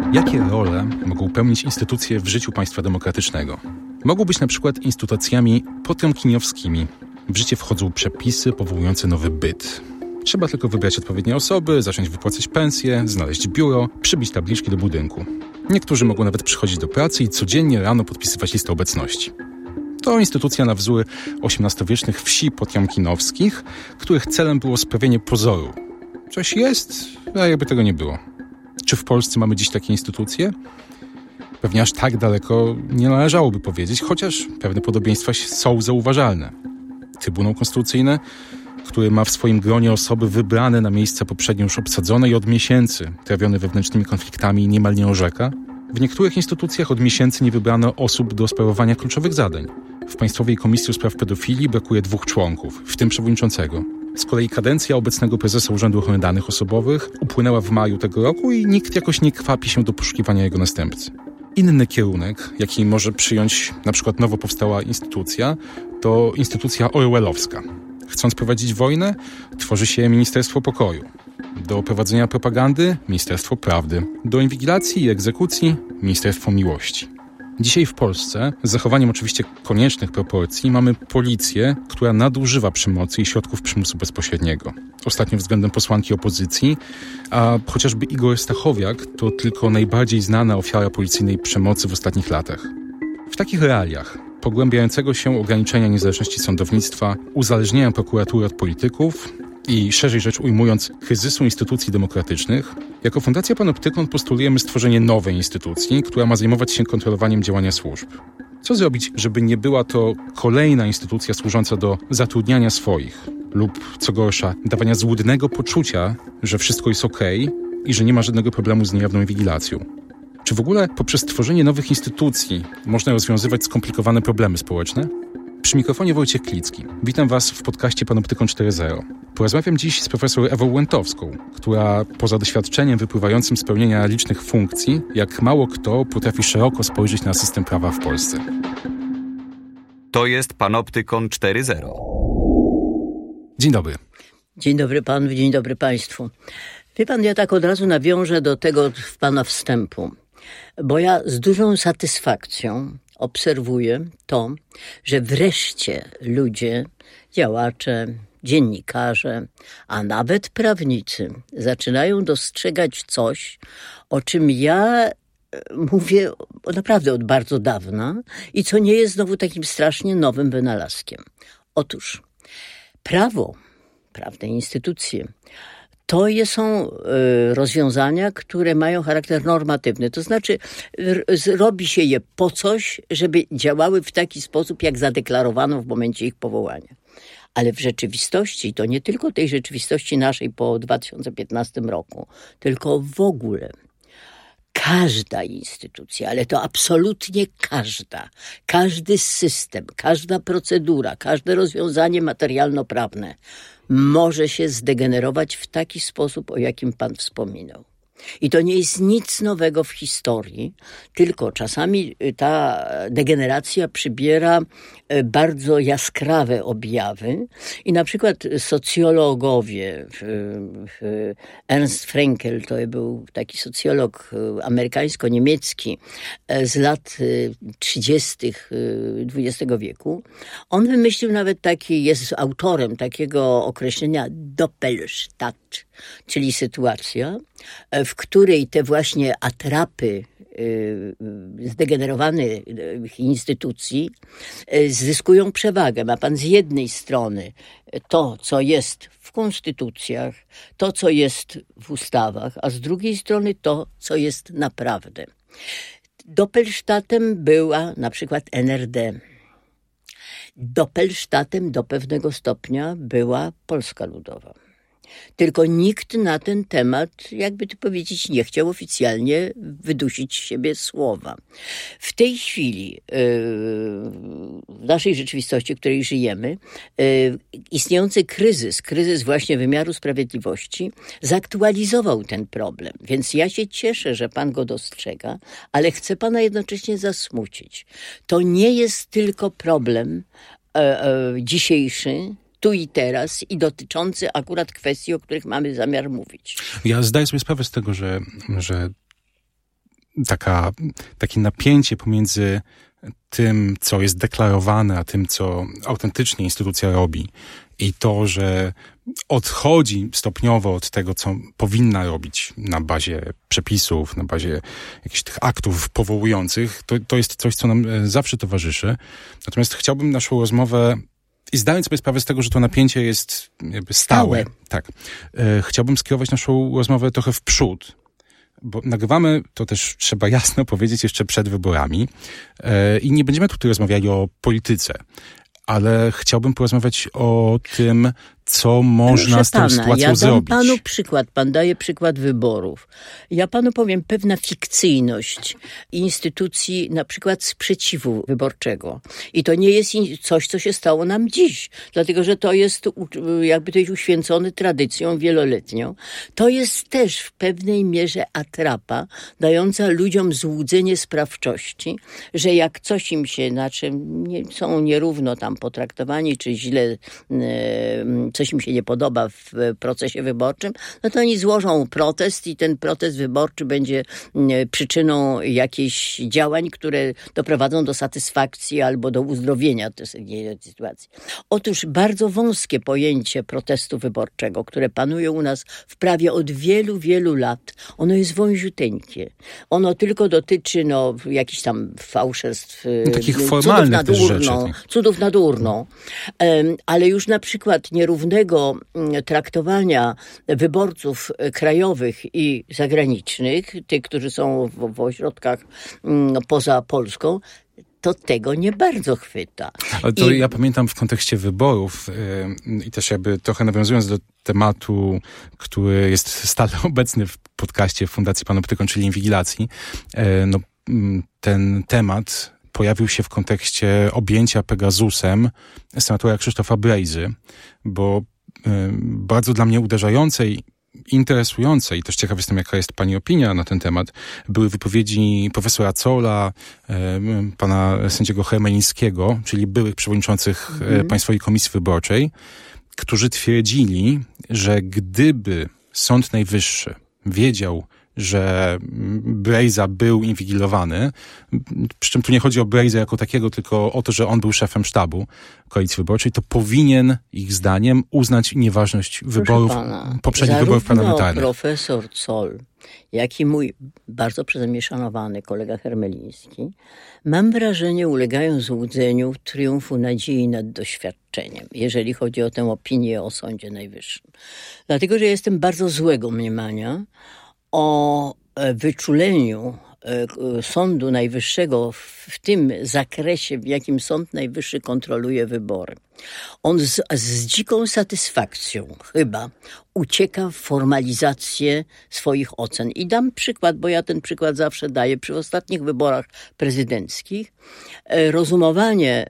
Jakie role mogą pełnić instytucje w życiu państwa demokratycznego? Mogą być na przykład instytucjami potemkinowskimi. W życie wchodzą przepisy powołujące nowy byt. Trzeba tylko wybrać odpowiednie osoby, zacząć wypłacać pensje, znaleźć biuro, przybić tabliczki do budynku. Niektórzy mogą nawet przychodzić do pracy i codziennie rano podpisywać listę obecności. To instytucja na wzór XVIII-wiecznych wsi potiomkinowskich, których celem było sprawienie pozoru. Coś jest, a jakby tego nie było. Czy w Polsce mamy dziś takie instytucje? Pewnie aż tak daleko nie należałoby powiedzieć, chociaż pewne podobieństwa są zauważalne. Trybunał Konstytucyjny, który ma w swoim gronie osoby wybrane na miejsca poprzednio już obsadzone i od miesięcy trawione wewnętrznymi konfliktami niemal nie orzeka. W niektórych instytucjach od miesięcy nie wybrano osób do sprawowania kluczowych zadań. W Państwowej Komisji do Spraw Pedofilii brakuje 2 członków, w tym przewodniczącego. Z kolei kadencja obecnego prezesa Urzędu Ochrony Danych Osobowych upłynęła w maju tego roku i nikt jakoś nie kwapi się do poszukiwania jego następcy. Inny kierunek, jaki może przyjąć na przykład nowo powstała instytucja, to instytucja orwellowska. Chcąc prowadzić wojnę, tworzy się Ministerstwo Pokoju. Do prowadzenia propagandy – Ministerstwo Prawdy. Do inwigilacji i egzekucji – Ministerstwo Miłości. Dzisiaj w Polsce, z zachowaniem oczywiście koniecznych proporcji, mamy policję, która nadużywa przemocy i środków przymusu bezpośredniego. Ostatnio względem posłanki opozycji, a chociażby Igor Stachowiak to tylko najbardziej znana ofiara policyjnej przemocy w ostatnich latach. W takich realiach pogłębiającego się ograniczenia niezależności sądownictwa, uzależnienia prokuratury od polityków i szerzej rzecz ujmując kryzysu instytucji demokratycznych, jako Fundacja Panoptykon postulujemy stworzenie nowej instytucji, która ma zajmować się kontrolowaniem działania służb. Co zrobić, żeby nie była to kolejna instytucja służąca do zatrudniania swoich lub, co gorsza, dawania złudnego poczucia, że wszystko jest okej i że nie ma żadnego problemu z niejawną inwigilacją? Czy w ogóle poprzez tworzenie nowych instytucji można rozwiązywać skomplikowane problemy społeczne? Przy mikrofonie Wojciech Klicki. Witam Was w podcaście Panoptykon 4.0. Porozmawiam dziś z profesor Ewą Łętowską, która poza doświadczeniem wypływającym z pełnienia licznych funkcji, jak mało kto potrafi szeroko spojrzeć na system prawa w Polsce. To jest Panoptykon 4.0. Dzień dobry. Dzień dobry panu, dzień dobry państwu. Wie pan, ja tak od razu nawiążę do tego w pana wstępu, bo ja z dużą satysfakcją obserwuję to, że wreszcie ludzie, działacze, dziennikarze, a nawet prawnicy zaczynają dostrzegać coś, o czym ja mówię naprawdę od bardzo dawna i co nie jest znowu takim strasznie nowym wynalazkiem. Otóż prawo, prawne instytucje, to są rozwiązania, które mają charakter normatywny. To znaczy robi się je po coś, żeby działały w taki sposób, jak zadeklarowano w momencie ich powołania. Ale w rzeczywistości, to nie tylko tej rzeczywistości naszej po 2015 roku, tylko w ogóle każda instytucja, ale to absolutnie każdy system, każda procedura, każde rozwiązanie materialno-prawne może się zdegenerować w taki sposób, o jakim pan wspominał. I to nie jest nic nowego w historii, tylko czasami ta degeneracja przybiera bardzo jaskrawe objawy i na przykład socjologowie, Ernst Frankl, to był taki socjolog amerykańsko-niemiecki z lat 30. XX wieku, on wymyślił nawet jest autorem takiego określenia Doppelstadt, czyli sytuacja, w której te właśnie atrapy zdegenerowanych instytucji zyskują przewagę. Ma pan z jednej strony to, co jest w konstytucjach, to, co jest w ustawach, a z drugiej strony to, co jest naprawdę. Doppelstadtem była na przykład NRD. Doppelstadtem do pewnego stopnia była Polska Ludowa. Tylko nikt na ten temat, jakby to powiedzieć, nie chciał oficjalnie wydusić z siebie słowa. W tej chwili, w naszej rzeczywistości, w której żyjemy, istniejący kryzys właśnie wymiaru sprawiedliwości zaktualizował ten problem. Więc ja się cieszę, że pan go dostrzega, ale chcę pana jednocześnie zasmucić. To nie jest tylko problem dzisiejszy, tu i teraz i dotyczący akurat kwestii, o których mamy zamiar mówić. Ja zdaję sobie sprawę z tego, że takie napięcie pomiędzy tym, co jest deklarowane, a tym, co autentycznie instytucja robi. I to, że odchodzi stopniowo od tego, co powinna robić na bazie przepisów, na bazie jakichś tych aktów powołujących, to jest coś, co nam zawsze towarzyszy. Natomiast chciałbym naszą rozmowę, i zdając sobie sprawę z tego, że to napięcie jest jakby stałe. Tak. Chciałbym skierować naszą rozmowę trochę w przód, bo nagrywamy, to też trzeba jasno powiedzieć, jeszcze przed wyborami i nie będziemy tutaj rozmawiali o polityce, ale chciałbym porozmawiać o tym, co można z tą sytuacją zrobić. Ja dam panu przykład, pan daje przykład wyborów. Ja panu powiem, pewna fikcyjność instytucji, na przykład sprzeciwu wyborczego. I to nie jest coś, co się stało nam dziś, dlatego że to jest jakby to jest uświęcone tradycją wieloletnią. To jest też w pewnej mierze atrapa, dająca ludziom złudzenie sprawczości, że jak coś im się, są nierówno tam potraktowani, czy źle coś im się nie podoba w procesie wyborczym, no to oni złożą protest i ten protest wyborczy będzie przyczyną jakichś działań, które doprowadzą do satysfakcji albo do uzdrowienia tej sytuacji. Otóż bardzo wąskie pojęcie protestu wyborczego, które panuje u nas w prawie od wielu, wielu lat, ono jest wąziuteńkie. Ono tylko dotyczy jakichś tam fałszerstw, takich formalnych cudów nad urną. Ale już na przykład nierównego traktowania wyborców krajowych i zagranicznych, tych, którzy są w ośrodkach poza Polską, to tego nie bardzo chwyta. Ale to ja pamiętam w kontekście wyborów i też jakby trochę nawiązując do tematu, który jest stale obecny w podcaście Fundacji Panoptykon, czyli inwigilacji, ten temat pojawił się w kontekście objęcia Pegasusem senatora Krzysztofa Brejzy, bo bardzo dla mnie uderzające i interesujące, i też ciekaw jestem, jaka jest pani opinia na ten temat, były wypowiedzi profesora Zolla, pana sędziego Hermelińskiego, czyli byłych przewodniczących Państwowej Komisji Wyborczej, którzy twierdzili, że gdyby Sąd Najwyższy wiedział, że Brejza był inwigilowany, przy czym tu nie chodzi o Brejzę jako takiego, tylko o to, że on był szefem sztabu Koalicji Wyborczej, to powinien, ich zdaniem, uznać nieważność wyborów, poprzednich wyborów parlamentarnych. Profesor Zoll, jak i mój bardzo przeze mnie szanowany kolega Hermeliński, mam wrażenie, ulegają złudzeniu triumfu nadziei nad doświadczeniem, jeżeli chodzi o tę opinię o Sądzie Najwyższym. Dlatego, że jestem bardzo złego mniemania o wyczuleniu Sądu Najwyższego w tym zakresie, w jakim Sąd Najwyższy kontroluje wybory. On z dziką satysfakcją chyba ucieka w formalizację swoich ocen. I dam przykład, bo ja ten przykład zawsze daję. Przy ostatnich wyborach prezydenckich rozumowanie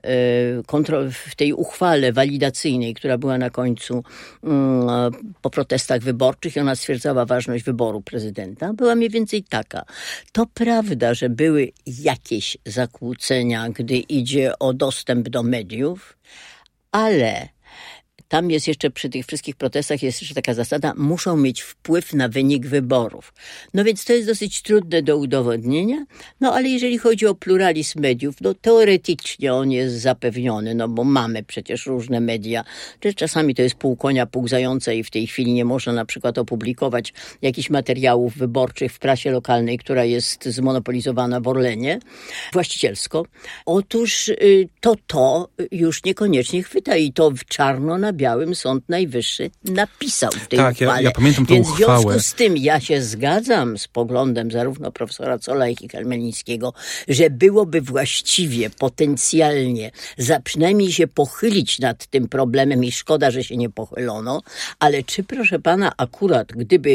w tej uchwale walidacyjnej, która była na końcu po protestach wyborczych i ona stwierdzała ważność wyboru prezydenta, była mniej więcej taka. To prawda, że były jakieś zakłócenia, gdy idzie o dostęp do mediów, ale tam jest jeszcze przy tych wszystkich protestach jest jeszcze taka zasada, muszą mieć wpływ na wynik wyborów. No więc to jest dosyć trudne do udowodnienia, ale jeżeli chodzi o pluralizm mediów, teoretycznie on jest zapewniony, bo mamy przecież różne media, że czasami to jest pół konia, pół zająca i w tej chwili nie można na przykład opublikować jakichś materiałów wyborczych w prasie lokalnej, która jest zmonopolizowana w Orlenie właścicielsko. Otóż to już niekoniecznie chwyta i to w czarno na białym Sąd Najwyższy napisał w tej uchwale. Ja pamiętam tą uchwałę. W związku z tym ja się zgadzam z poglądem zarówno profesora Zolla, jak i Hermelińskiego, że byłoby właściwie, potencjalnie, przynajmniej się pochylić nad tym problemem i szkoda, że się nie pochylono, ale czy, proszę pana, akurat gdyby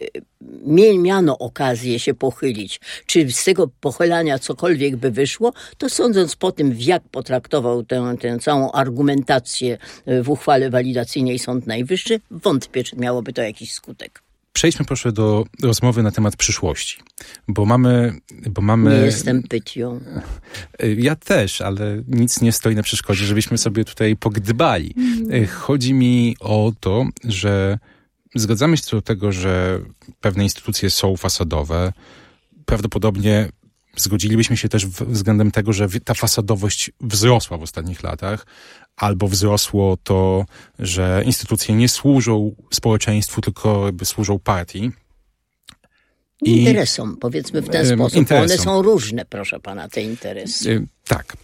miano okazję się pochylić, czy z tego pochylania cokolwiek by wyszło, to sądząc po tym, jak potraktował tę całą argumentację w uchwale walidacyjnej Sąd Najwyższy, wątpię, czy miałoby to jakiś skutek. Przejdźmy proszę do rozmowy na temat przyszłości, bo mamy... Nie jestem pytią. Ja też, ale nic nie stoi na przeszkodzie, żebyśmy sobie tutaj pogdybali. Chodzi mi o to, że zgadzamy się co do tego, że pewne instytucje są fasadowe. prawdopodobnie zgodzilibyśmy się też względem tego, że ta fasadowość wzrosła w ostatnich latach, albo wzrosło to, że instytucje nie służą społeczeństwu, tylko jakby służą partii. Interesom, powiedzmy w ten sposób. Interesom. One są różne, proszę pana, te interesy. Tak.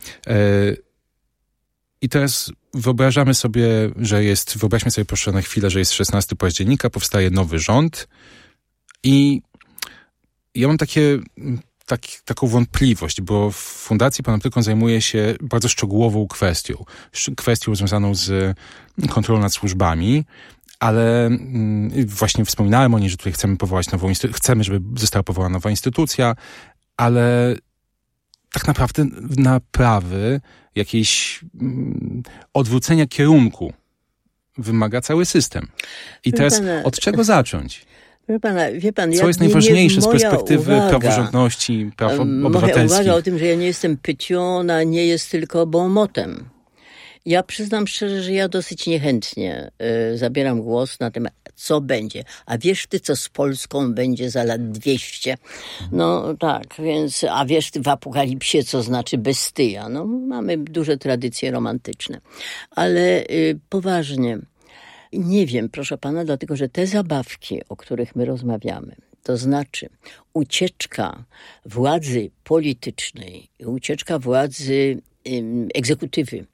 I teraz wyobraźmy sobie proszę na chwilę, że jest 16 października, powstaje nowy rząd i ja mam taką wątpliwość, bo w Fundacji Panoptykon zajmuje się bardzo szczegółową kwestią związaną z kontrolą nad służbami, ale właśnie wspominałem o niej, że tutaj chcemy powołać chcemy, żeby została powołana nowa instytucja, ale tak naprawdę naprawy, jakiejś odwrócenia kierunku wymaga cały system. I teraz od czego zacząć? Wie pan, co jest najważniejsze z perspektywy praworządności, praw obywatelskich? Moja uwaga o tym, że ja nie jestem pyciona, nie jest tylko bonmotem. Ja przyznam szczerze, że ja dosyć niechętnie zabieram głos na temat, co będzie. A wiesz ty, co z Polską będzie za lat 200? No tak, więc, a wiesz ty w Apokalipsie, co znaczy bestia? No mamy duże tradycje romantyczne. Ale poważnie, nie wiem, proszę pana, dlatego, że te zabawki, o których my rozmawiamy, to znaczy ucieczka władzy politycznej, ucieczka władzy egzekutywy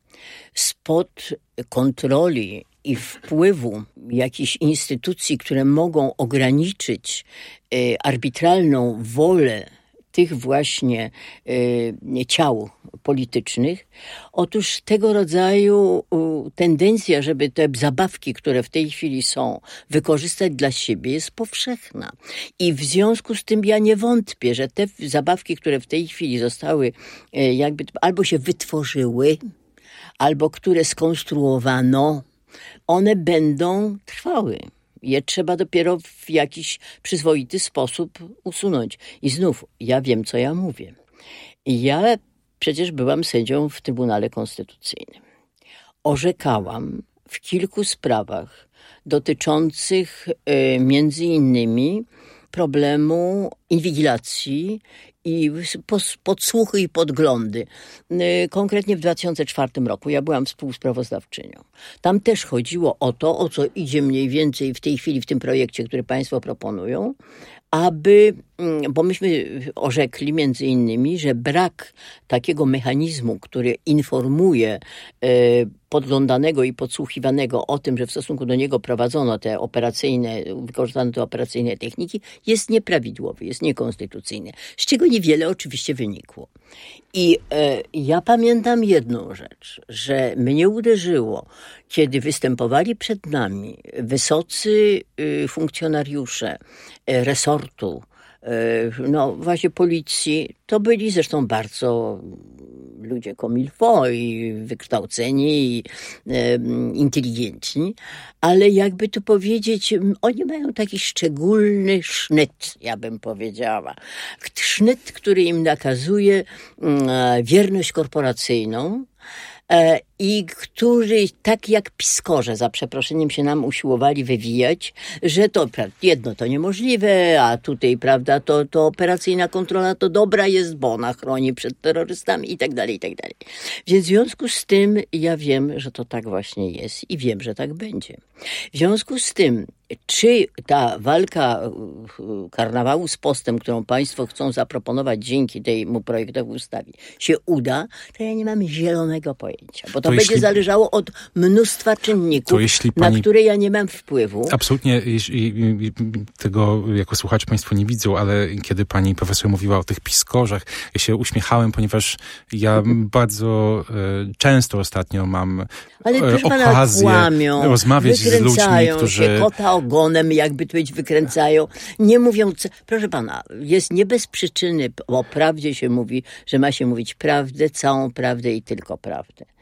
spod kontroli i wpływu jakichś instytucji, które mogą ograniczyć arbitralną wolę tych właśnie ciał politycznych. Otóż tego rodzaju tendencja, żeby te zabawki, które w tej chwili są, wykorzystać dla siebie, jest powszechna. I w związku z tym ja nie wątpię, że te zabawki, które w tej chwili zostały jakby albo się wytworzyły, albo które skonstruowano, one będą trwały. Je trzeba dopiero w jakiś przyzwoity sposób usunąć. I znów, ja wiem, co ja mówię. Ja przecież byłam sędzią w Trybunale Konstytucyjnym. Orzekałam w kilku sprawach dotyczących między innymi problemu inwigilacji i podsłuchy i podglądy. Konkretnie w 2004 roku ja byłam współsprawozdawczynią. Tam też chodziło o to, o co idzie mniej więcej w tej chwili w tym projekcie, który państwo proponują, bo myśmy orzekli między innymi, że brak takiego mechanizmu, który informuje podglądanego i podsłuchiwanego o tym, że w stosunku do niego prowadzono wykorzystano te operacyjne techniki, jest nieprawidłowy, jest niekonstytucyjny. Z czego niewiele oczywiście wynikło. I ja pamiętam jedną rzecz, że mnie uderzyło, kiedy występowali przed nami wysocy funkcjonariusze resortu, no właśnie policji, to byli zresztą bardzo ludzie comme il faut i wykształceni i inteligentni, ale jakby tu powiedzieć, oni mają taki szczególny sznyt, ja bym powiedziała. Sznyt, który im nakazuje wierność korporacyjną, i który tak jak piskorze, za przeproszeniem, się nam usiłowali wywijać, że to jedno to niemożliwe, a tutaj, prawda, to operacyjna kontrola to dobra jest, bo ona chroni przed terrorystami i tak dalej, i tak dalej. Więc w związku z tym ja wiem, że to tak właśnie jest i wiem, że tak będzie. W związku z tym, czy ta walka karnawału z postem, którą państwo chcą zaproponować dzięki temu projektowi ustawy, się uda, to ja nie mam zielonego pojęcia, bo to będzie zależało od mnóstwa czynników, na które ja nie mam wpływu. Absolutnie, tego jako słuchacze państwo nie widzą, ale kiedy pani profesor mówiła o tych piskorzach, ja się uśmiechałem, ponieważ ja bardzo często ostatnio mam okazję rozmawiać z ludźmi, którzy się kota ogonem, jakby to powiedzieć, wykręcają. Nie mówią, proszę pana, jest nie bez przyczyny, o prawdzie się mówi, że ma się mówić prawdę, całą prawdę i tylko prawdę.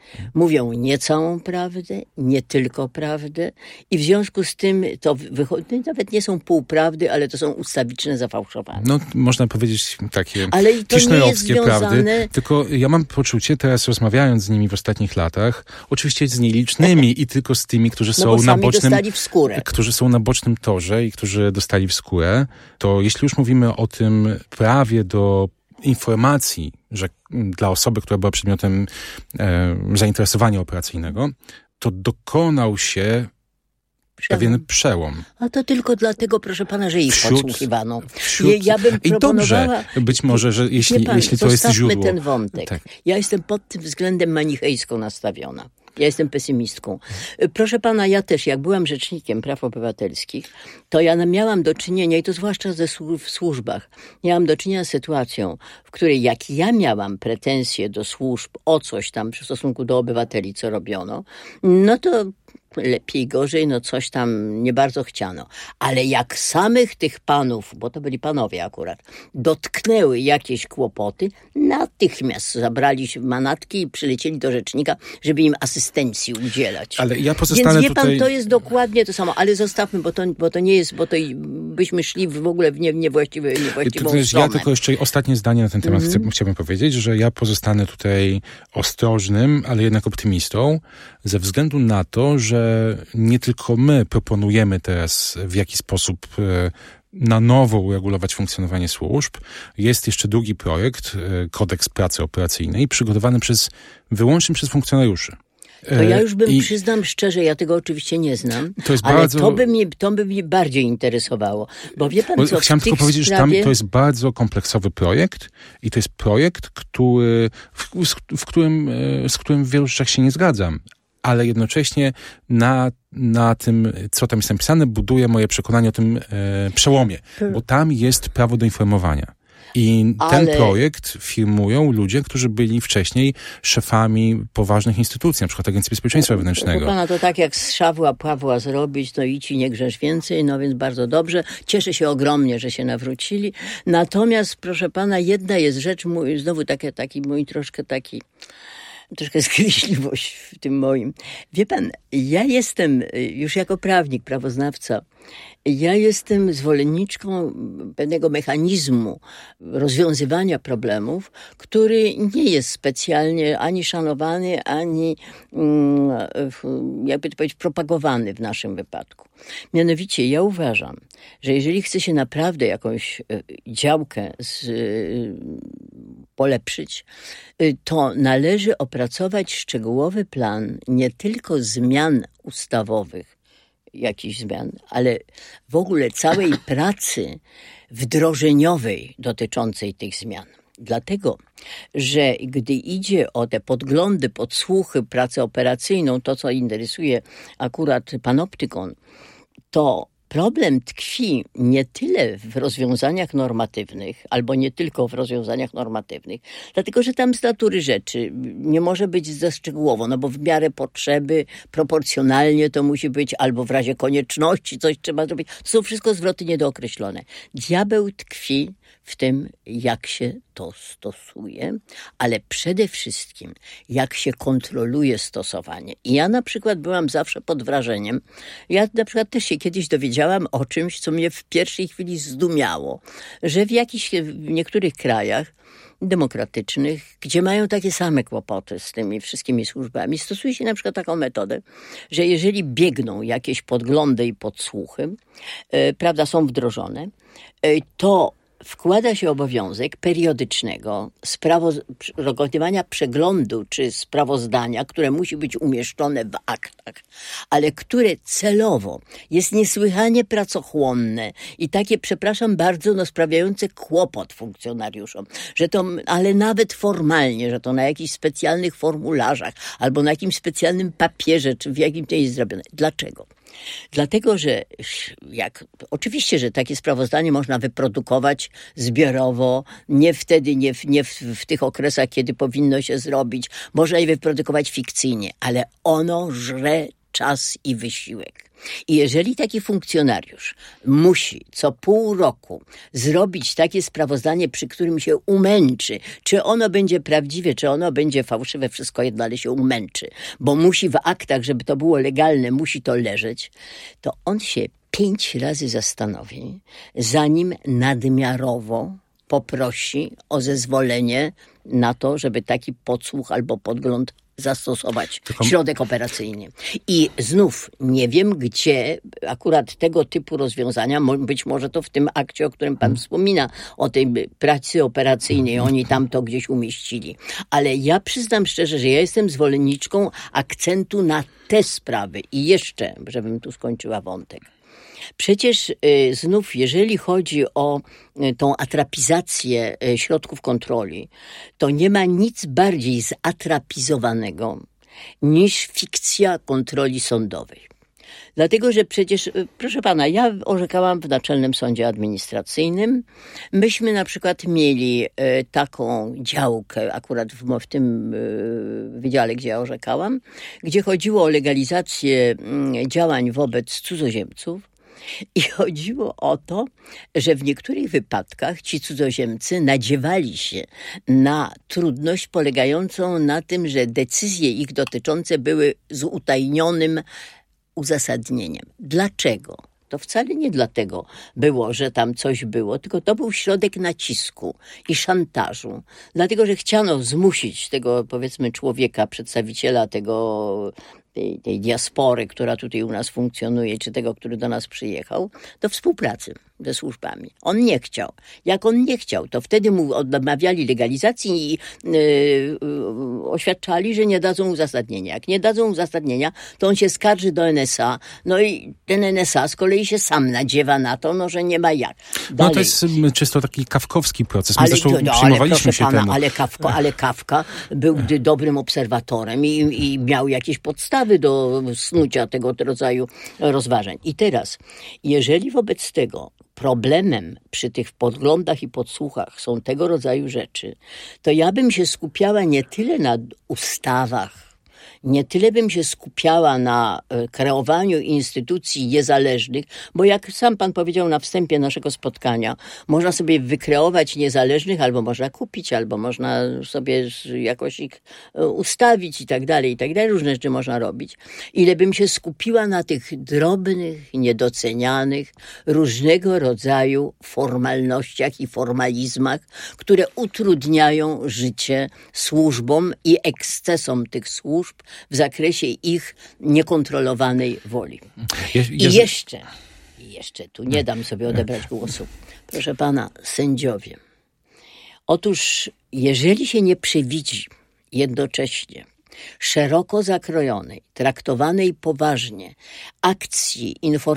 Mówią nie całą prawdę, nie tylko prawdę i w związku z tym to nawet nie są półprawdy, ale to są ustawiczne zafałszowanie. No, można powiedzieć takie ale to kisznerowskie nie jest prawdy. związane... Tylko ja mam poczucie, teraz rozmawiając z nimi w ostatnich latach, oczywiście z nielicznymi i tylko z tymi, którzy są bo na sami bocznym... dostali w skórę. Którzy są na bocznym torze i którzy dostali w skórę, to jeśli już mówimy o tym prawie do informacji, że dla osoby, która była przedmiotem zainteresowania operacyjnego, to dokonał się pewien przełom. A to tylko dlatego, proszę pana, że ich podsłuchiwano. Ja bym proponowała... I dobrze, być może, że jeśli to jest źródło... ten wątek. Tak. Ja jestem pod tym względem manichejsko nastawiona. Ja jestem pesymistką. Proszę pana, ja też, jak byłam rzecznikiem praw obywatelskich, to ja miałam do czynienia, i to zwłaszcza w służbach, miałam do czynienia z sytuacją, w której jak ja miałam pretensje do służb o coś tam w stosunku do obywateli, co robiono, no to lepiej, gorzej, no coś tam nie bardzo chciano. Ale jak samych tych panów, bo to byli panowie akurat, dotknęły jakieś kłopoty, natychmiast zabrali manatki i przylecieli do rzecznika, żeby im asystencji udzielać. Ale ja pozostanę Więc wie pan, tutaj... to jest dokładnie to samo, ale zostawmy, bo to nie jest, bo to byśmy szli w ogóle w niewłaściwą stronę. Ja tylko jeszcze ostatnie zdanie na ten temat chciałbym powiedzieć, że ja pozostanę tutaj ostrożnym, ale jednak optymistą, ze względu na to, że nie tylko my proponujemy teraz w jaki sposób na nowo uregulować funkcjonowanie służb. Jest jeszcze drugi projekt, Kodeks Pracy Operacyjnej, przygotowany wyłącznie przez funkcjonariuszy. To ja już przyznam szczerze, ja tego oczywiście nie znam, ale to by mnie bardziej interesowało. Bo wie pan co, chciałem tylko powiedzieć, że tam to jest bardzo kompleksowy projekt i to jest projekt, z którym w wielu rzeczach się nie zgadzam. Ale jednocześnie na tym, co tam jest napisane, buduje moje przekonanie o tym przełomie. Bo tam jest prawo do informowania. I ten projekt firmują ludzie, którzy byli wcześniej szefami poważnych instytucji, na przykład Agencji Bezpieczeństwa Wewnętrznego. Pana, to tak jak z Szawła Pawła zrobić, no idź i nie grzesz więcej, no więc bardzo dobrze. Cieszę się ogromnie, że się nawrócili. Natomiast, proszę pana, jedna jest rzecz, znowu taki mój troszkę zgryźliwość w tym moim. Wie pan, ja jestem już jako prawnik, prawoznawca, ja jestem zwolenniczką pewnego mechanizmu rozwiązywania problemów, który nie jest specjalnie ani szanowany, ani jakby to powiedzieć, propagowany w naszym wypadku. Mianowicie ja uważam, że jeżeli chce się naprawdę jakąś działkę polepszyć, to należy opracować szczegółowy plan nie tylko zmian ustawowych, jakichś zmian, ale w ogóle całej pracy wdrożeniowej dotyczącej tych zmian. Dlatego, że gdy idzie o te podglądy, podsłuchy, pracę operacyjną, to co interesuje akurat panoptykon, to problem tkwi nie tyle w rozwiązaniach normatywnych, albo nie tylko w rozwiązaniach normatywnych, dlatego że tam z natury rzeczy nie może być za szczegółowo, no bo w miarę potrzeby, proporcjonalnie to musi być, albo w razie konieczności coś trzeba zrobić. To są wszystko zwroty niedookreślone. Diabeł tkwi w tym, jak się to stosuje, ale przede wszystkim, jak się kontroluje stosowanie. I ja na przykład byłam zawsze pod wrażeniem, ja na przykład też się kiedyś dowiedziałam o czymś, co mnie w pierwszej chwili zdumiało, że w niektórych krajach demokratycznych, gdzie mają takie same kłopoty z tymi wszystkimi służbami, stosuje się na przykład taką metodę, że jeżeli biegną jakieś podglądy i podsłuchy, prawda, są wdrożone, to wkłada się obowiązek periodycznego dokonywania przeglądu czy sprawozdania, które musi być umieszczone w aktach, ale które celowo jest niesłychanie pracochłonne i takie, przepraszam bardzo, sprawiające kłopot funkcjonariuszom, ale nawet formalnie, że to na jakichś specjalnych formularzach albo na jakimś specjalnym papierze, czy w jakim to jest zrobione. Dlaczego? Dlatego, że oczywiście, że takie sprawozdanie można wyprodukować zbiorowo, nie wtedy, nie w tych okresach, kiedy powinno się zrobić. Można je wyprodukować fikcyjnie, ale ono żre czas i wysiłek. I jeżeli taki funkcjonariusz musi co pół roku zrobić takie sprawozdanie, przy którym się umęczy, czy ono będzie prawdziwe, czy ono będzie fałszywe, wszystko jedno, ale się umęczy, bo musi w aktach, żeby to było legalne, musi to leżeć, to on się 5 razy zastanowi, zanim nadmiarowo poprosi o zezwolenie na to, żeby taki podsłuch albo podgląd zastosować, środek operacyjny. I znów nie wiem, gdzie akurat tego typu rozwiązania, być może to w tym akcie, o którym pan wspomina, o tej pracy operacyjnej, oni tam to gdzieś umieścili. Ale ja przyznam szczerze, że ja jestem zwolenniczką akcentu na te sprawy. I jeszcze, żebym tu skończyła wątek. Przecież znów, jeżeli chodzi o tą atrapizację środków kontroli, to nie ma nic bardziej zatrapizowanego niż fikcja kontroli sądowej. Dlatego, że przecież, proszę pana, ja orzekałam w Naczelnym Sądzie Administracyjnym. Myśmy na przykład mieli taką działkę, akurat w tym wydziale, gdzie ja orzekałam, gdzie chodziło o legalizację działań wobec cudzoziemców. I chodziło o to, że w niektórych wypadkach ci cudzoziemcy nadziewali się na trudność polegającą na tym, że decyzje ich dotyczące były z utajnionym uzasadnieniem. Dlaczego? To wcale nie dlatego było, że tam coś było, tylko to był środek nacisku i szantażu. Dlatego, że chciano zmusić tego, powiedzmy, człowieka, przedstawiciela tej diaspory, która tutaj u nas funkcjonuje, czy tego, który do nas przyjechał, do współpracy ze służbami. On nie chciał. Jak on nie chciał, to wtedy mu odmawiali legalizacji i oświadczali, że nie dadzą uzasadnienia. Jak nie dadzą uzasadnienia, to on się skarży do NSA. No i ten NSA z kolei się sam nadziewa na to, że nie ma jak. Dalej. No to jest czysto taki kafkowski proces. My zresztą przyjmowaliśmy się temu. Ale Kafka był dobrym obserwatorem i miał jakieś podstawy do snucia tego rodzaju rozważań. I teraz, jeżeli wobec tego problemem przy tych podglądach i podsłuchach są tego rodzaju rzeczy, to ja bym się skupiała nie tyle na ustawach, nie tyle bym się skupiała na kreowaniu instytucji niezależnych, bo jak sam pan powiedział na wstępie naszego spotkania, można sobie wykreować niezależnych, albo można kupić, albo można sobie jakoś ich ustawić i tak dalej, różne rzeczy można robić. Ile bym się skupiła na tych drobnych, niedocenianych, różnego rodzaju formalnościach i formalizmach, które utrudniają życie służbom i ekscesom tych służb w zakresie ich niekontrolowanej woli. I jeszcze tu nie dam sobie odebrać głosu. Proszę pana, sędziowie. Otóż, jeżeli się nie przewidzi jednocześnie szeroko zakrojonej, traktowanej poważnie akcji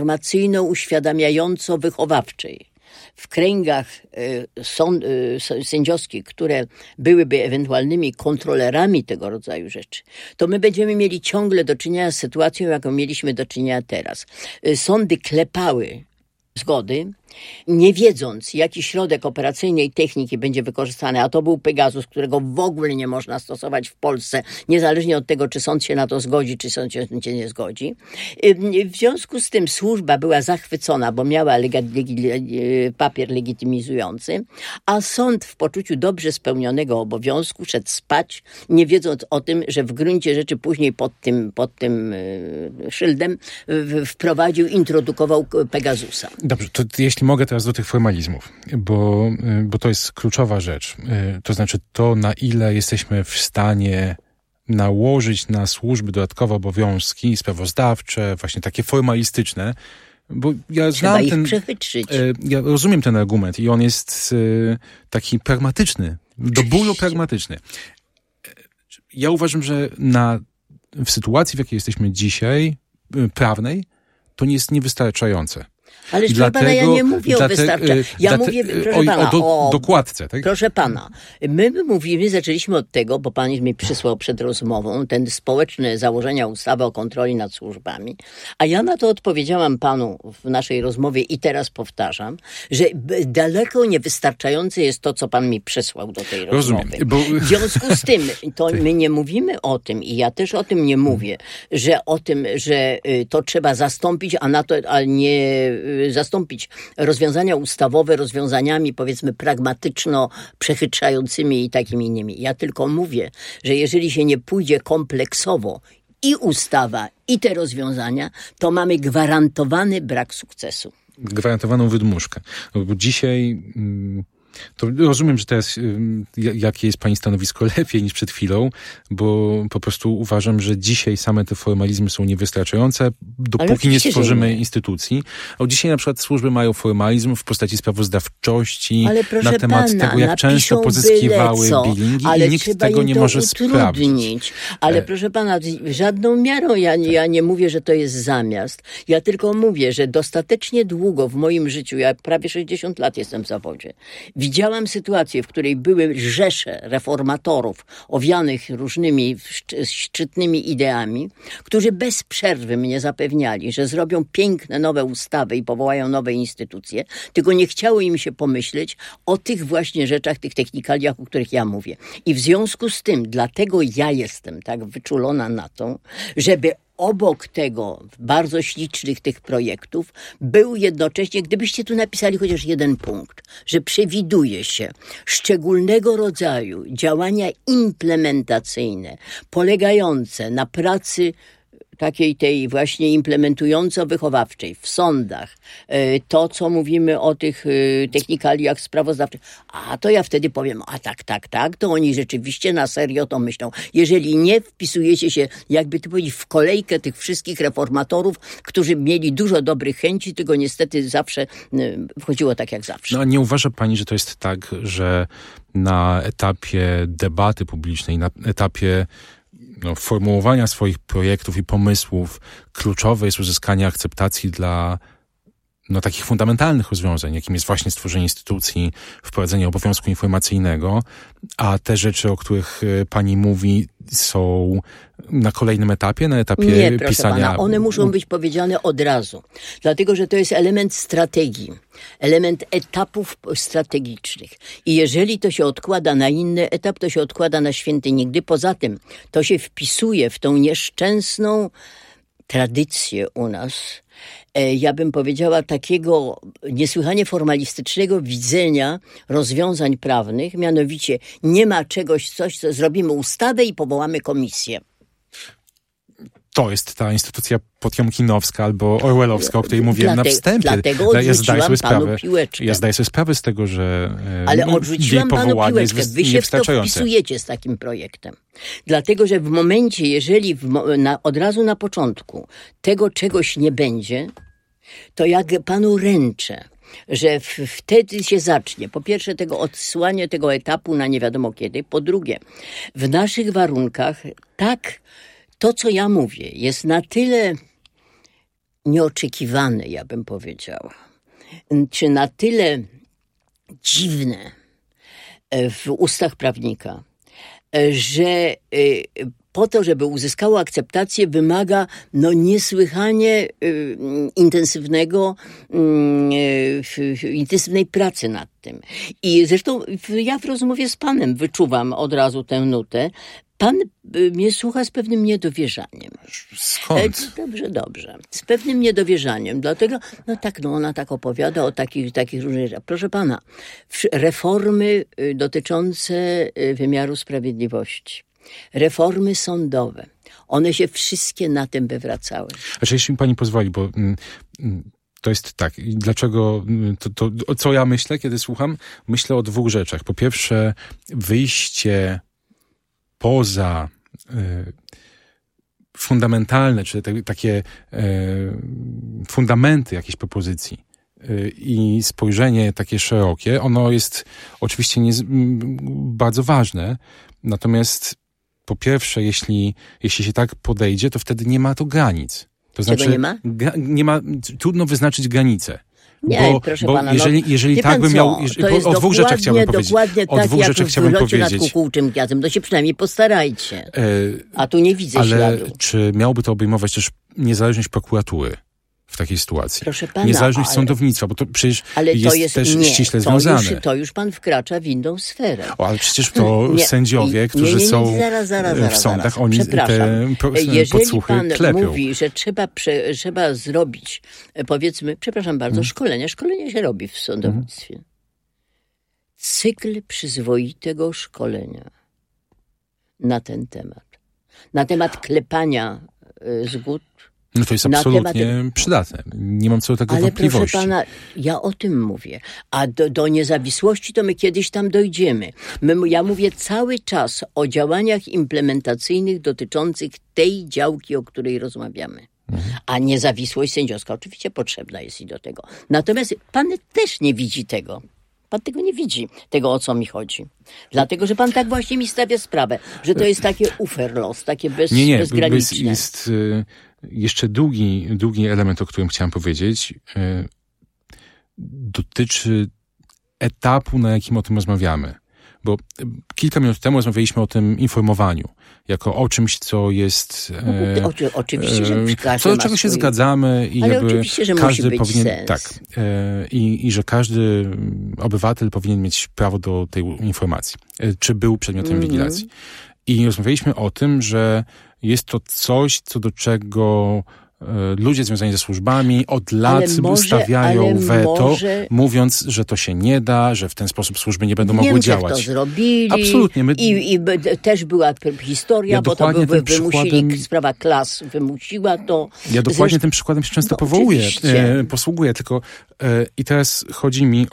informacyjno-uświadamiająco-wychowawczej w kręgach sędziowskich, które byłyby ewentualnymi kontrolerami tego rodzaju rzeczy, to my będziemy mieli ciągle do czynienia z sytuacją, jaką mieliśmy do czynienia teraz. Sądy klepały zgody, nie wiedząc, jaki środek operacyjnej techniki będzie wykorzystany, a to był Pegasus, którego w ogóle nie można stosować w Polsce, niezależnie od tego, czy sąd się na to zgodzi, czy sąd się nie zgodzi. W związku z tym służba była zachwycona, bo miała papier legitymizujący, a sąd w poczuciu dobrze spełnionego obowiązku szedł spać, nie wiedząc o tym, że w gruncie rzeczy później pod tym szyldem introdukował Pegasusa. Dobrze, to jeśli mogę teraz do tych formalizmów, bo to jest kluczowa rzecz. To znaczy to, na ile jesteśmy w stanie nałożyć na służby dodatkowe obowiązki sprawozdawcze, właśnie takie formalistyczne, bo ja znam ja rozumiem ten argument i on jest taki pragmatyczny, do bólu pragmatyczny. Ja uważam, że w sytuacji, w jakiej jesteśmy dzisiaj, prawnej, to nie jest niewystarczające. Ależ proszę pana, ja nie mówię o wystarczająco. Ja mówię, proszę pana, o dokładce, tak? Proszę pana, my zaczęliśmy od tego, bo pan mi przysłał przed rozmową ten społeczne założenia ustawy o kontroli nad służbami, a ja na to odpowiedziałam panu w naszej rozmowie i teraz powtarzam, że daleko niewystarczające jest to, co pan mi przysłał do tej rozmowy. W związku z tym, to my nie mówimy o tym i ja też o tym nie mówię, że to trzeba zastąpić, a nie zastąpić rozwiązania ustawowe rozwiązaniami, powiedzmy, pragmatyczno-przechytrzającymi i takimi innymi. Ja tylko mówię, że jeżeli się nie pójdzie kompleksowo i ustawa, i te rozwiązania, to mamy gwarantowany brak sukcesu. Gwarantowaną wydmuszkę. Bo dzisiaj... To rozumiem, że teraz jakie jest pani stanowisko lepiej niż przed chwilą, bo po prostu uważam, że dzisiaj same te formalizmy są niewystarczające, dopóki nie stworzymy instytucji. A dzisiaj na przykład służby mają formalizm w postaci sprawozdawczości na temat tego, jak często pozyskiwały bilingi i nikt tego nie może sprawdzić. Ale proszę pana, żadną miarą ja nie mówię, że to jest zamiast. Ja tylko mówię, że dostatecznie długo w moim życiu, ja prawie 60 lat jestem w zawodzie, widziałam sytuację, w której były rzesze reformatorów owianych różnymi szczytnymi ideami, którzy bez przerwy mnie zapewniali, że zrobią piękne nowe ustawy i powołają nowe instytucje, tylko nie chciało im się pomyśleć o tych właśnie rzeczach, tych technikaliach, o których ja mówię. I w związku z tym, dlatego ja jestem tak wyczulona na to, żeby obok tego bardzo ślicznych tych projektów był jednocześnie, gdybyście tu napisali chociaż jeden punkt, że przewiduje się szczególnego rodzaju działania implementacyjne polegające na pracy takiej tej właśnie implementująco-wychowawczej w sądach, to co mówimy o tych technikaliach sprawozdawczych, a to ja wtedy powiem, a tak, to oni rzeczywiście na serio to myślą. Jeżeli nie wpisujecie się, jakby to powiedzieć, w kolejkę tych wszystkich reformatorów, którzy mieli dużo dobrych chęci, tylko niestety zawsze wchodziło tak jak zawsze. No a nie uważa pani, że to jest tak, że na etapie debaty publicznej, na etapie formułowania swoich projektów i pomysłów kluczowe jest uzyskanie akceptacji dla takich fundamentalnych rozwiązań, jakim jest właśnie stworzenie instytucji, wprowadzenie obowiązku informacyjnego, a te rzeczy, o których pani mówi, są na kolejnym etapie, na etapie nie, proszę pisania... pana, one muszą być powiedziane od razu, dlatego, że to jest element strategii, element etapów strategicznych i jeżeli to się odkłada na inny etap, to się odkłada na święty nigdy. Poza tym to się wpisuje w tą nieszczęsną tradycję u nas, ja bym powiedziała, takiego niesłychanie formalistycznego widzenia rozwiązań prawnych, mianowicie nie ma coś, co zrobimy ustawę i powołamy komisję. To jest ta instytucja potiomkinowska albo orwellowska, o której mówiłem na wstępie. Dlatego odrzuciłam panu piłeczkę. Ja zdaję sobie sprawę z tego, że ale odrzuciłam panu piłeczkę. Wy się w to wpisujecie z takim projektem. Dlatego, że w momencie, jeżeli od razu na początku tego czegoś nie będzie, to jak panu ręczę, że wtedy się zacznie, po pierwsze tego odsłanie tego etapu na nie wiadomo kiedy, po drugie w naszych warunkach to, co ja mówię, jest na tyle nieoczekiwane, ja bym powiedziała, czy na tyle dziwne w ustach prawnika, że po to, żeby uzyskało akceptację, wymaga niesłychanie intensywnej pracy nad tym. I zresztą ja w rozmowie z panem wyczuwam od razu tę nutę. Pan mnie słucha z pewnym niedowierzaniem. Skąd? Dobrze. Z pewnym niedowierzaniem. Dlatego, ona tak opowiada o takich różnych rzeczach. Proszę pana, reformy dotyczące wymiaru sprawiedliwości, reformy sądowe, one się wszystkie na tym wywracały. Znaczy, jeśli mi pani pozwoli, bo to jest tak. Dlaczego, co ja myślę, kiedy słucham? Myślę o dwóch rzeczach. Po pierwsze, wyjście poza fundamentalne, czy takie fundamenty jakiejś propozycji i spojrzenie takie szerokie, ono jest oczywiście bardzo ważne, natomiast po pierwsze, jeśli się tak podejdzie, to wtedy nie ma to granic. To znaczy, Czego nie ma? Nie ma, trudno wyznaczyć granicę. Nie, proszę pana, jeżeli wie tak pan by co, miał... to jest o dwóch rzeczach chciałbym powiedzieć. Dokładnie O tak dwóch jak rzeczach w chciałbym wylocie nad powiedzieć. kukułczym gniazdem. To się przynajmniej postarajcie. A tu nie widzę Ale śladu. czy miałoby to obejmować też niezależność prokuratury w takiej sytuacji? Proszę pana, niezależność sądownictwa, bo to przecież jest też ściśle związane. To już pan wkracza w inną sferę. Ale przecież to sędziowie, którzy są zaraz, w sądach, oni przepraszam. te podsłuchy Jeżeli pan klepią. mówi, że trzeba zrobić, powiedzmy, przepraszam bardzo, szkolenia się robi w sądownictwie. Cykl przyzwoitego szkolenia na ten temat. Na temat klepania zgód. No to jest absolutnie przydatne. Nie mam co do tego wątpliwości. Ale proszę pana, ja o tym mówię. A do niezawisłości to my kiedyś tam dojdziemy. Ja mówię cały czas o działaniach implementacyjnych dotyczących tej działki, o której rozmawiamy. A niezawisłość sędziowska oczywiście potrzebna jest i do tego. Natomiast pan też nie widzi tego. Pan tego nie widzi, tego o co mi chodzi. Dlatego, że pan tak właśnie mi stawia sprawę, że to jest takie uferlos, takie bezgraniczne. Jest jeszcze długi element, o którym chciałem powiedzieć. Dotyczy etapu, na jakim o tym rozmawiamy. Bo kilka minut temu rozmawialiśmy o tym informowaniu, jako o czymś, co jest... Oczywiście, że co do czego się zgadzamy i ale jakby oczywiście, że każdy musi być powinien... sens. Tak. I że każdy obywatel powinien mieć prawo do tej informacji. Czy był przedmiotem inwigilacji. I rozmawialiśmy o tym, że jest to coś, co do czego ludzie związani ze służbami od lat stawiają weto, mówiąc, że to się nie da, że w ten sposób służby nie będą mogły działać. To zrobili. Absolutnie. I też była historia, bo to wymusili, sprawa klas wymusiła to. Ja dokładnie tym przykładem się często posługuję, tylko i teraz chodzi mi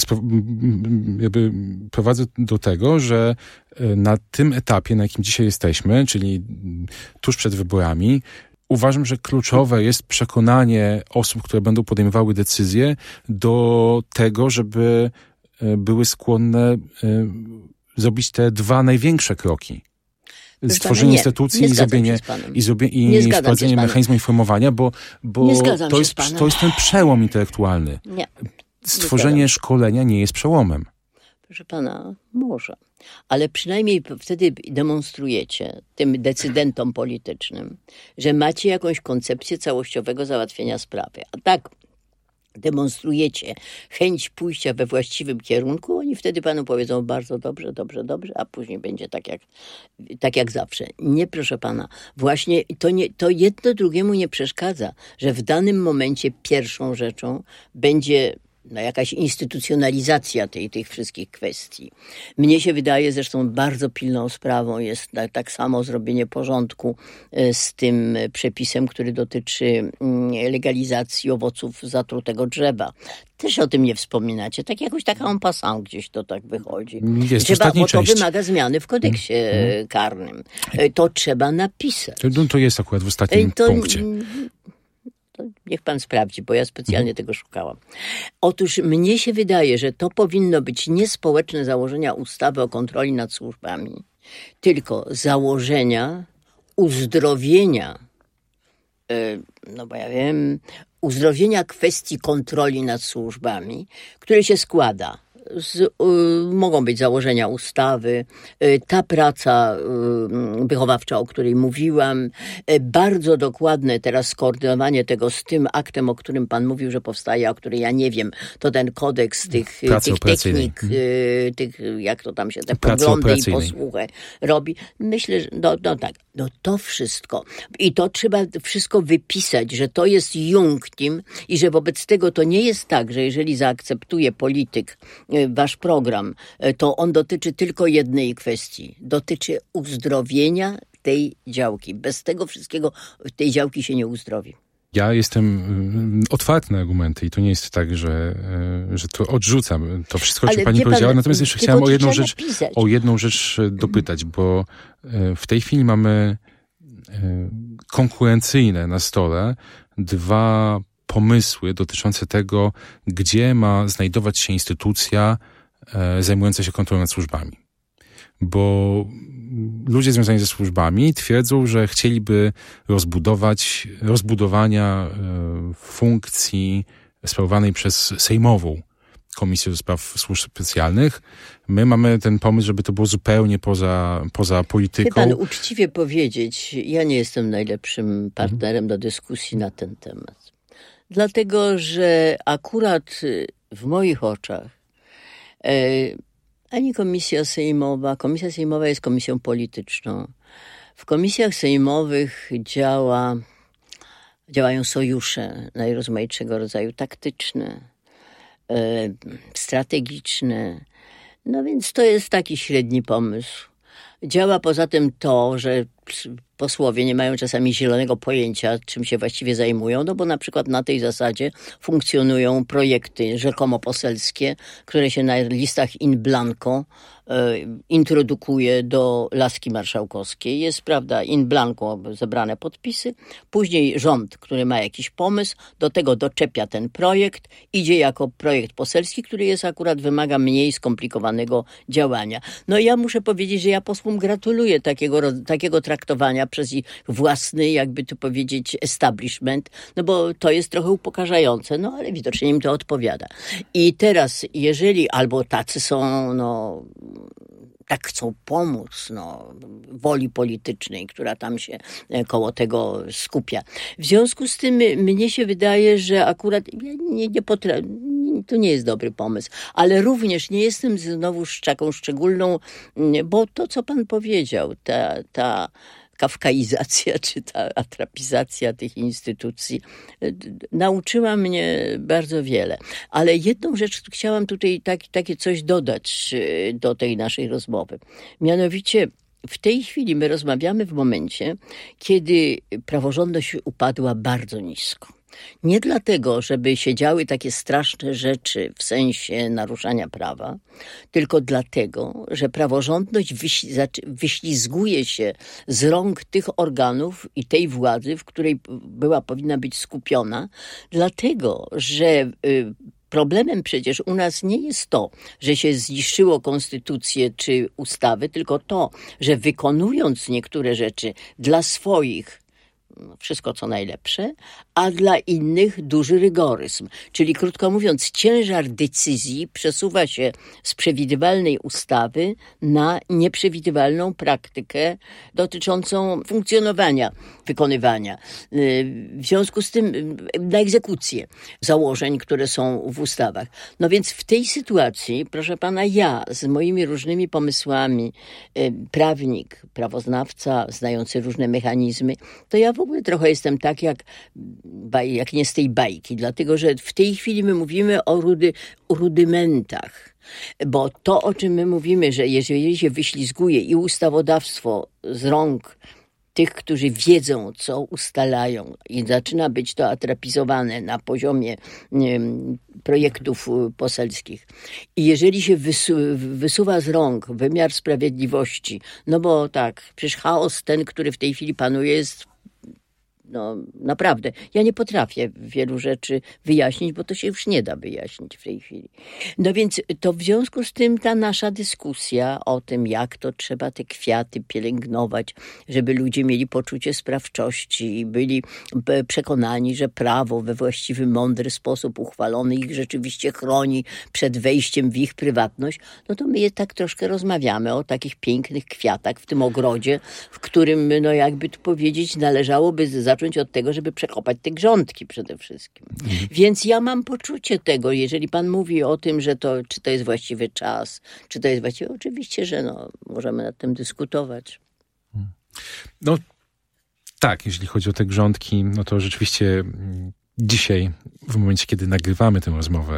prowadzę do tego, że na tym etapie, na jakim dzisiaj jesteśmy, czyli tuż przed wyborami, uważam, że kluczowe jest przekonanie osób, które będą podejmowały decyzje do tego, żeby były skłonne zrobić te dwa największe kroki. Stworzenie instytucji i wprowadzenie mechanizmu informowania, bo to jest ten przełom intelektualny. Nie. Stworzenie szkolenia nie jest przełomem. Proszę pana, może. Ale przynajmniej wtedy demonstrujecie tym decydentom politycznym, że macie jakąś koncepcję całościowego załatwienia sprawy. A tak demonstrujecie chęć pójścia we właściwym kierunku, oni wtedy panu powiedzą bardzo dobrze, a później będzie tak jak zawsze. Nie, proszę pana, właśnie to jedno drugiemu nie przeszkadza, że w danym momencie pierwszą rzeczą będzie jakaś instytucjonalizacja tych wszystkich kwestii. Mnie się wydaje, zresztą bardzo pilną sprawą jest tak samo zrobienie porządku z tym przepisem, który dotyczy legalizacji owoców zatrutego drzewa. Też o tym nie wspominacie. Tak jakoś taka en passant gdzieś to tak wychodzi. Bo to wymaga zmiany w kodeksie karnym. To trzeba napisać. To jest akurat w ostatnim punkcie. To niech pan sprawdzi, bo ja specjalnie tego szukałam. Otóż mnie się wydaje, że to powinno być nie społeczne założenia ustawy o kontroli nad służbami, tylko założenia uzdrowienia, uzdrowienia kwestii kontroli nad służbami, które się składa mogą być założenia ustawy, ta praca wychowawcza, o której mówiłam, bardzo dokładne teraz skoordynowanie tego z tym aktem, o którym pan mówił, że powstaje, o którym ja nie wiem, to ten kodeks tych technik, jak to tam się, te poglądy i posłuchy robi. Myślę, że to wszystko. I to trzeba wszystko wypisać, że to jest iunctim i że wobec tego to nie jest tak, że jeżeli zaakceptuje polityk wasz program, to on dotyczy tylko jednej kwestii. Dotyczy uzdrowienia tej działki. Bez tego wszystkiego tej działki się nie uzdrowi. Ja jestem otwarty na argumenty i to nie jest tak, że to odrzucam to wszystko, o czym pani powiedziała. Natomiast jeszcze chciałem o jedną rzecz dopytać, bo w tej chwili mamy konkurencyjne na stole dwa pomysły dotyczące tego, gdzie ma znajdować się instytucja zajmująca się kontrolą nad służbami. Bo ludzie związani ze służbami twierdzą, że chcieliby rozbudowania funkcji sprawowanej przez Sejmową Komisję do Spraw Służb Specjalnych. My mamy ten pomysł, żeby to było zupełnie poza polityką. Chce pan uczciwie powiedzieć, ja nie jestem najlepszym partnerem do dyskusji na ten temat. Dlatego, że akurat w moich oczach ani Komisja Sejmowa jest komisją polityczną. W komisjach sejmowych działają sojusze najrozmaitszego rodzaju, taktyczne, strategiczne. No więc to jest taki średni pomysł. Działa poza tym to, że posłowie nie mają czasami zielonego pojęcia, czym się właściwie zajmują, no bo na przykład na tej zasadzie funkcjonują projekty rzekomo poselskie, które się na listach in blanco introdukuje do laski marszałkowskiej. Jest, prawda, in blanco zebrane podpisy, później rząd, który ma jakiś pomysł, do tego doczepia ten projekt, idzie jako projekt poselski, który wymaga mniej skomplikowanego działania. No i ja muszę powiedzieć, że ja posłom gratuluję takiego traktowania przez ich własny, jakby tu powiedzieć, establishment, no bo to jest trochę upokarzające, no ale widocznie im to odpowiada. I teraz, jeżeli albo tacy są, tak chcą pomóc woli politycznej, która tam się koło tego skupia. W związku z tym mnie się wydaje, że akurat to nie jest dobry pomysł, ale również nie jestem znowu taką szczególną, bo to, co pan powiedział, ta kafkaizacja czy ta atrapizacja tych instytucji nauczyła mnie bardzo wiele. Ale jedną rzecz chciałam tutaj takie coś dodać do tej naszej rozmowy. Mianowicie w tej chwili my rozmawiamy w momencie, kiedy praworządność upadła bardzo nisko. Nie dlatego, żeby się działy takie straszne rzeczy w sensie naruszania prawa, tylko dlatego, że praworządność wyślizguje się z rąk tych organów i tej władzy, w której powinna być skupiona, dlatego, że problemem przecież u nas nie jest to, że się zniszczyło konstytucję czy ustawy, tylko to, że wykonując niektóre rzeczy dla swoich, wszystko co najlepsze, a dla innych duży rygoryzm. Czyli krótko mówiąc, ciężar decyzji przesuwa się z przewidywalnej ustawy na nieprzewidywalną praktykę dotyczącą funkcjonowania, wykonywania. W związku z tym na egzekucję założeń, które są w ustawach. No więc w tej sytuacji, proszę pana, ja z moimi różnymi pomysłami, prawnik, prawoznawca, znający różne mechanizmy, to ja w ogóle trochę jestem tak jak nie z tej bajki, dlatego że w tej chwili my mówimy o rudymentach. Bo to, o czym my mówimy, że jeżeli się wyślizguje i ustawodawstwo z rąk tych, którzy wiedzą, co ustalają i zaczyna być to atrapizowane na poziomie projektów poselskich. I jeżeli się wysuwa z rąk wymiar sprawiedliwości, no bo tak, przecież chaos ten, który w tej chwili panuje, jest naprawdę. Ja nie potrafię wielu rzeczy wyjaśnić, bo to się już nie da wyjaśnić w tej chwili. No więc to w związku z tym ta nasza dyskusja o tym, jak to trzeba te kwiaty pielęgnować, żeby ludzie mieli poczucie sprawczości i byli przekonani, że prawo we właściwy, mądry sposób uchwalony ich rzeczywiście chroni przed wejściem w ich prywatność, no to my tak troszkę rozmawiamy o takich pięknych kwiatach w tym ogrodzie, w którym, jakby tu powiedzieć, należałoby zacząć od tego, żeby przekopać te grządki przede wszystkim. Więc ja mam poczucie tego, jeżeli pan mówi o tym, że czy to jest właściwy czas, czy to jest właściwe, oczywiście, że możemy nad tym dyskutować. No tak, jeśli chodzi o te grządki, no to rzeczywiście dzisiaj, w momencie, kiedy nagrywamy tę rozmowę,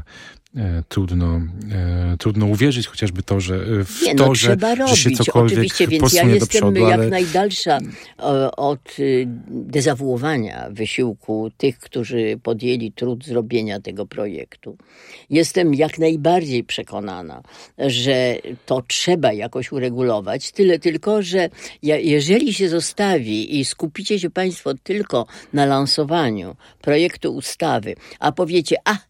trudno uwierzyć chociażby to, że trzeba że się cokolwiek oczywiście, więc ja jestem jak najdalsza od dezawuowania wysiłku tych, którzy podjęli trud zrobienia tego projektu. Jestem jak najbardziej przekonana, że to trzeba jakoś uregulować, tyle tylko, że jeżeli się zostawi i skupicie się państwo tylko na lansowaniu projektu ustawy, a powiecie,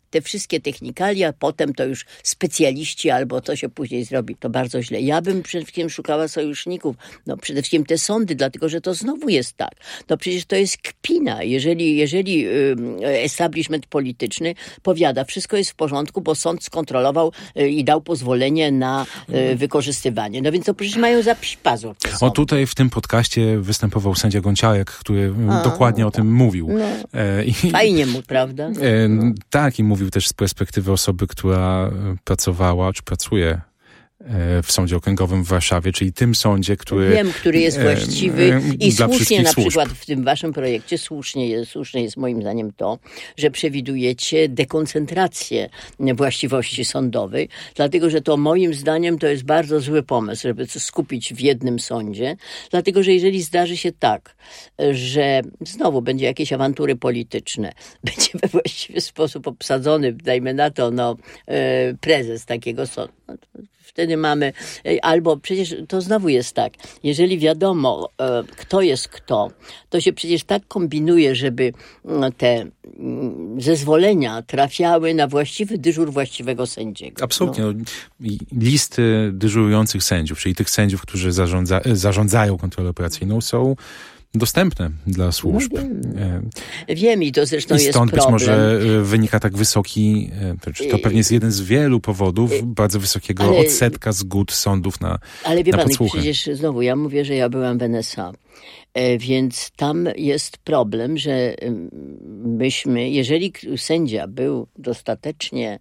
te wszystkie technikalia, potem to już specjaliści albo co się później zrobi, to bardzo źle. Ja bym przede wszystkim szukała sojuszników, no przede wszystkim te sądy, dlatego że to znowu jest tak. No przecież to jest kpina, jeżeli establishment polityczny powiada, wszystko jest w porządku, bo sąd skontrolował i dał pozwolenie na wykorzystywanie. No więc to przecież mają zapić pazur. O, tutaj w tym podcaście występował sędzia Gonciarek, który dokładnie o tym mówił. No, fajnie mu, prawda? Tak, i mówił też z perspektywy osoby, która pracowała, czy pracuje w Sądzie Okręgowym w Warszawie, czyli tym sądzie, który jest właściwy i słusznie na służb. przykład w tym waszym projekcie słusznie jest moim zdaniem to, że przewidujecie dekoncentrację właściwości sądowej, dlatego że to moim zdaniem to jest bardzo zły pomysł, żeby to skupić w jednym sądzie, dlatego że jeżeli zdarzy się tak, że znowu będzie jakieś awantury polityczne, będzie we właściwy sposób obsadzony, dajmy na to, prezes takiego sądu, wtedy mamy, albo przecież to znowu jest tak, jeżeli wiadomo, kto jest kto, to się przecież tak kombinuje, żeby te zezwolenia trafiały na właściwy dyżur właściwego sędziego. Absolutnie. No. Listy dyżurujących sędziów, czyli tych sędziów, którzy zarządzają kontrolą operacyjną, są dostępne dla służb. Wiem i to zresztą jest problem. I stąd być może wynika tak wysoki, to pewnie jest jeden z wielu powodów bardzo wysokiego odsetka zgód sądów na Ale wie na pan, podsłuchy. przecież znowu ja mówię, że ja byłam w NSA, więc tam jest problem, że jeżeli sędzia był dostatecznie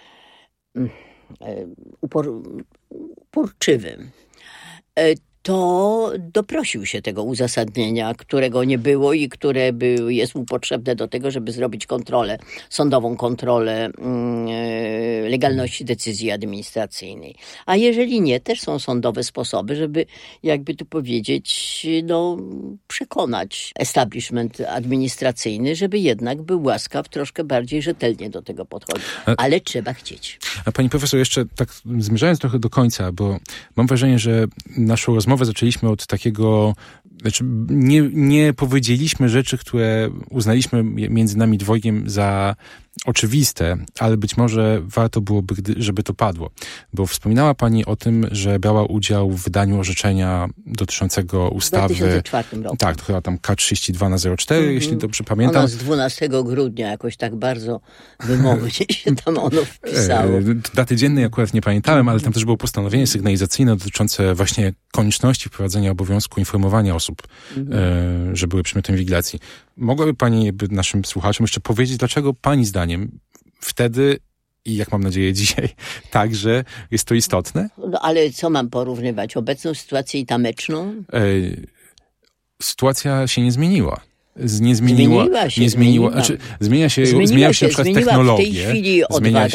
uporczywy, to doprosił się tego uzasadnienia, którego nie było i które jest mu potrzebne do tego, żeby zrobić kontrolę, sądową kontrolę legalności decyzji administracyjnej. A jeżeli nie, też są sądowe sposoby, żeby, jakby tu powiedzieć, przekonać establishment administracyjny, żeby jednak był łaskaw troszkę bardziej rzetelnie do tego podchodzić. Ale trzeba chcieć. A pani profesor, jeszcze tak zmierzając trochę do końca, bo mam wrażenie, że naszą rozmowę zaczęliśmy od takiego, znaczy nie powiedzieliśmy rzeczy, które uznaliśmy między nami dwojgiem za oczywiste, ale być może warto byłoby, żeby to padło. Bo wspominała pani o tym, że brała udział w wydaniu orzeczenia dotyczącego ustawy... W 2004 roku. Tak, to chyba tam K32/04, jeśli dobrze pamiętam. Ono z 12 grudnia jakoś tak bardzo wymownie się tam ono wpisało. Daty dziennej akurat nie pamiętałem, ale tam też było postanowienie sygnalizacyjne dotyczące właśnie konieczności wprowadzenia obowiązku informowania osób, że były przedmiotem inwigilacji. Mogłaby pani naszym słuchaczom jeszcze powiedzieć, dlaczego pani zdaniem wtedy i jak mam nadzieję dzisiaj także jest to istotne? No ale co mam porównywać? Obecną sytuację i tameczną? Sytuacja się nie zmieniła. Zmieniła się. Znaczy, zmieniają się na przykład technologie. W tej chwili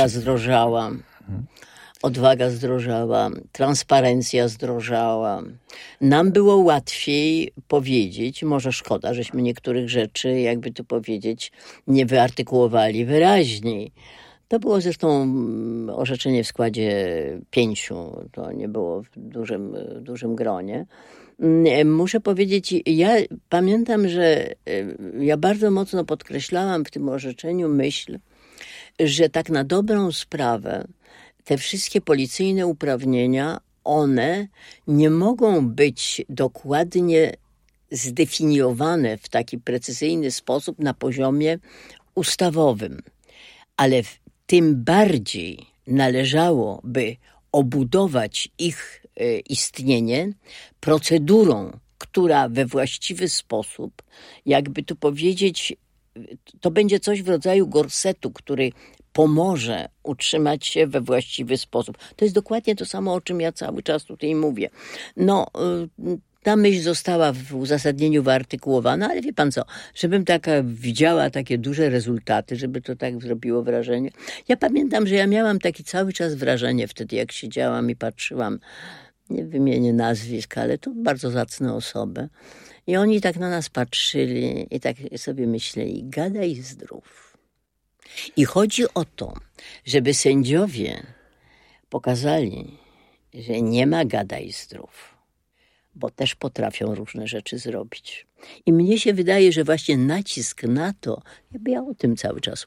odwaga zdrożała, transparencja zdrożała. Nam było łatwiej powiedzieć, może szkoda, żeśmy niektórych rzeczy, jakby tu powiedzieć, nie wyartykułowali wyraźniej. To było zresztą orzeczenie w składzie 5, to nie było w dużym gronie. Muszę powiedzieć, ja pamiętam, że ja bardzo mocno podkreślałam w tym orzeczeniu myśl, że tak na dobrą sprawę te wszystkie policyjne uprawnienia, one nie mogą być dokładnie zdefiniowane w taki precyzyjny sposób na poziomie ustawowym. Ale tym bardziej należałoby obudować ich istnienie procedurą, która we właściwy sposób, jakby tu powiedzieć, to będzie coś w rodzaju gorsetu, który pomoże utrzymać się we właściwy sposób. To jest dokładnie to samo, o czym ja cały czas tutaj mówię. Ta myśl została w uzasadnieniu wyartykułowana, ale wie pan co, żebym widziała takie duże rezultaty, żeby to tak zrobiło wrażenie. Ja pamiętam, że ja miałam takie cały czas wrażenie wtedy, jak siedziałam i patrzyłam, nie wymienię nazwisk, ale to bardzo zacne osoby. I oni tak na nas patrzyli i tak sobie myśleli, gadaj zdrów. I chodzi o to, żeby sędziowie pokazali, że nie ma gadaj zdrów, bo też potrafią różne rzeczy zrobić. I mnie się wydaje, że właśnie nacisk na to, ja o tym cały czas mówię,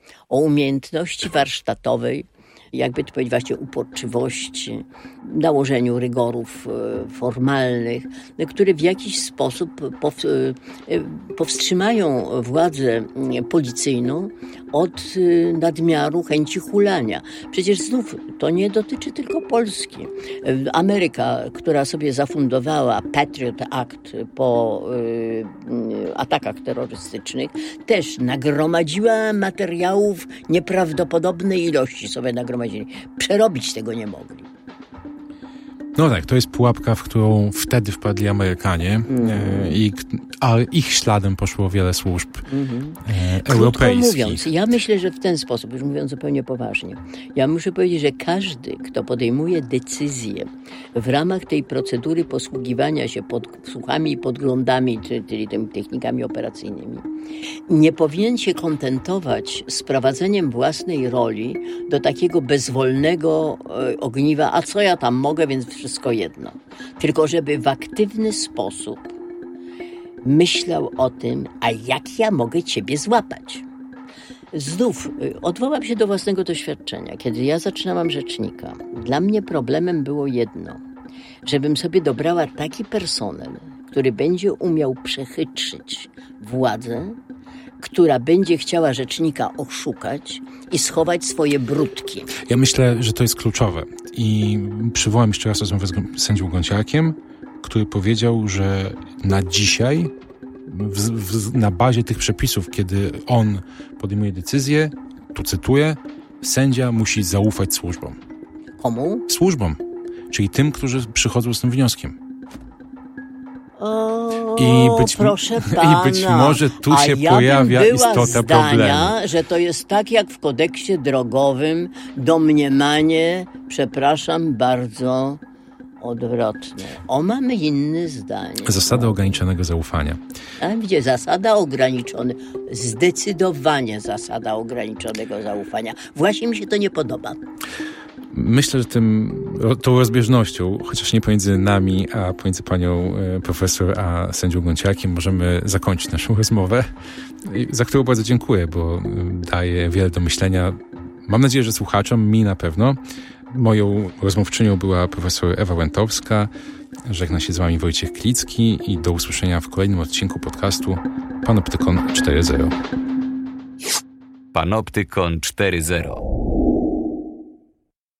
o umiejętności warsztatowej, jakby to powiedzieć, właśnie uporczywości, nałożeniu rygorów formalnych, które w jakiś sposób powstrzymają władzę policyjną od nadmiaru chęci hulania. Przecież znów to nie dotyczy tylko Polski. Ameryka, która sobie zafundowała Patriot Act po atakach terrorystycznych, też nagromadziła materiałów, nieprawdopodobnej ilości sobie nagromadzili. Przerobić tego nie mogli. No tak, to jest pułapka, w którą wtedy wpadli Amerykanie, a ich śladem poszło wiele służb europejskich. Krótko mówiąc, ja myślę, że w ten sposób, już mówiąc zupełnie poważnie, ja muszę powiedzieć, że każdy, kto podejmuje decyzję w ramach tej procedury posługiwania się podsłuchami i podglądami, czyli tymi technikami operacyjnymi, nie powinien się kontentować z prowadzeniem własnej roli do takiego bezwolnego ogniwa, a co ja tam mogę, więc wszystko jedno. Tylko żeby w aktywny sposób myślał o tym, a jak ja mogę ciebie złapać. Znów odwołam się do własnego doświadczenia. Kiedy ja zaczynałam rzecznika, dla mnie problemem było jedno. Żebym sobie dobrała taki personel, który będzie umiał przechytrzyć władzę, która będzie chciała rzecznika oszukać i schować swoje brudki. Ja myślę, że to jest kluczowe. I przywołam jeszcze raz rozmowę z sędzią Gonciakiem, który powiedział, że na dzisiaj, na bazie tych przepisów, kiedy on podejmuje decyzję, tu cytuję, sędzia musi zaufać służbom. Komu? Służbom, czyli tym, którzy przychodzą z tym wnioskiem. Proszę pana, I być może tu się pojawia istota problemu. Że to jest tak jak w kodeksie drogowym domniemanie, przepraszam bardzo, odwrotne. Mamy inne zdanie. Zasada ograniczonego zaufania. A gdzie zasada zdecydowanie zasada ograniczonego zaufania. Właśnie mi się to nie podoba. Myślę, że tą rozbieżnością, chociaż nie pomiędzy nami, a pomiędzy panią profesor a sędzią Gonciakiem, możemy zakończyć naszą rozmowę, za którą bardzo dziękuję, bo daje wiele do myślenia. Mam nadzieję, że słuchaczom, mi na pewno. Moją rozmówczynią była profesor Ewa Łętowska. Żegna się z wami Wojciech Klicki i do usłyszenia w kolejnym odcinku podcastu Panoptykon 4.0. Panoptykon 4.0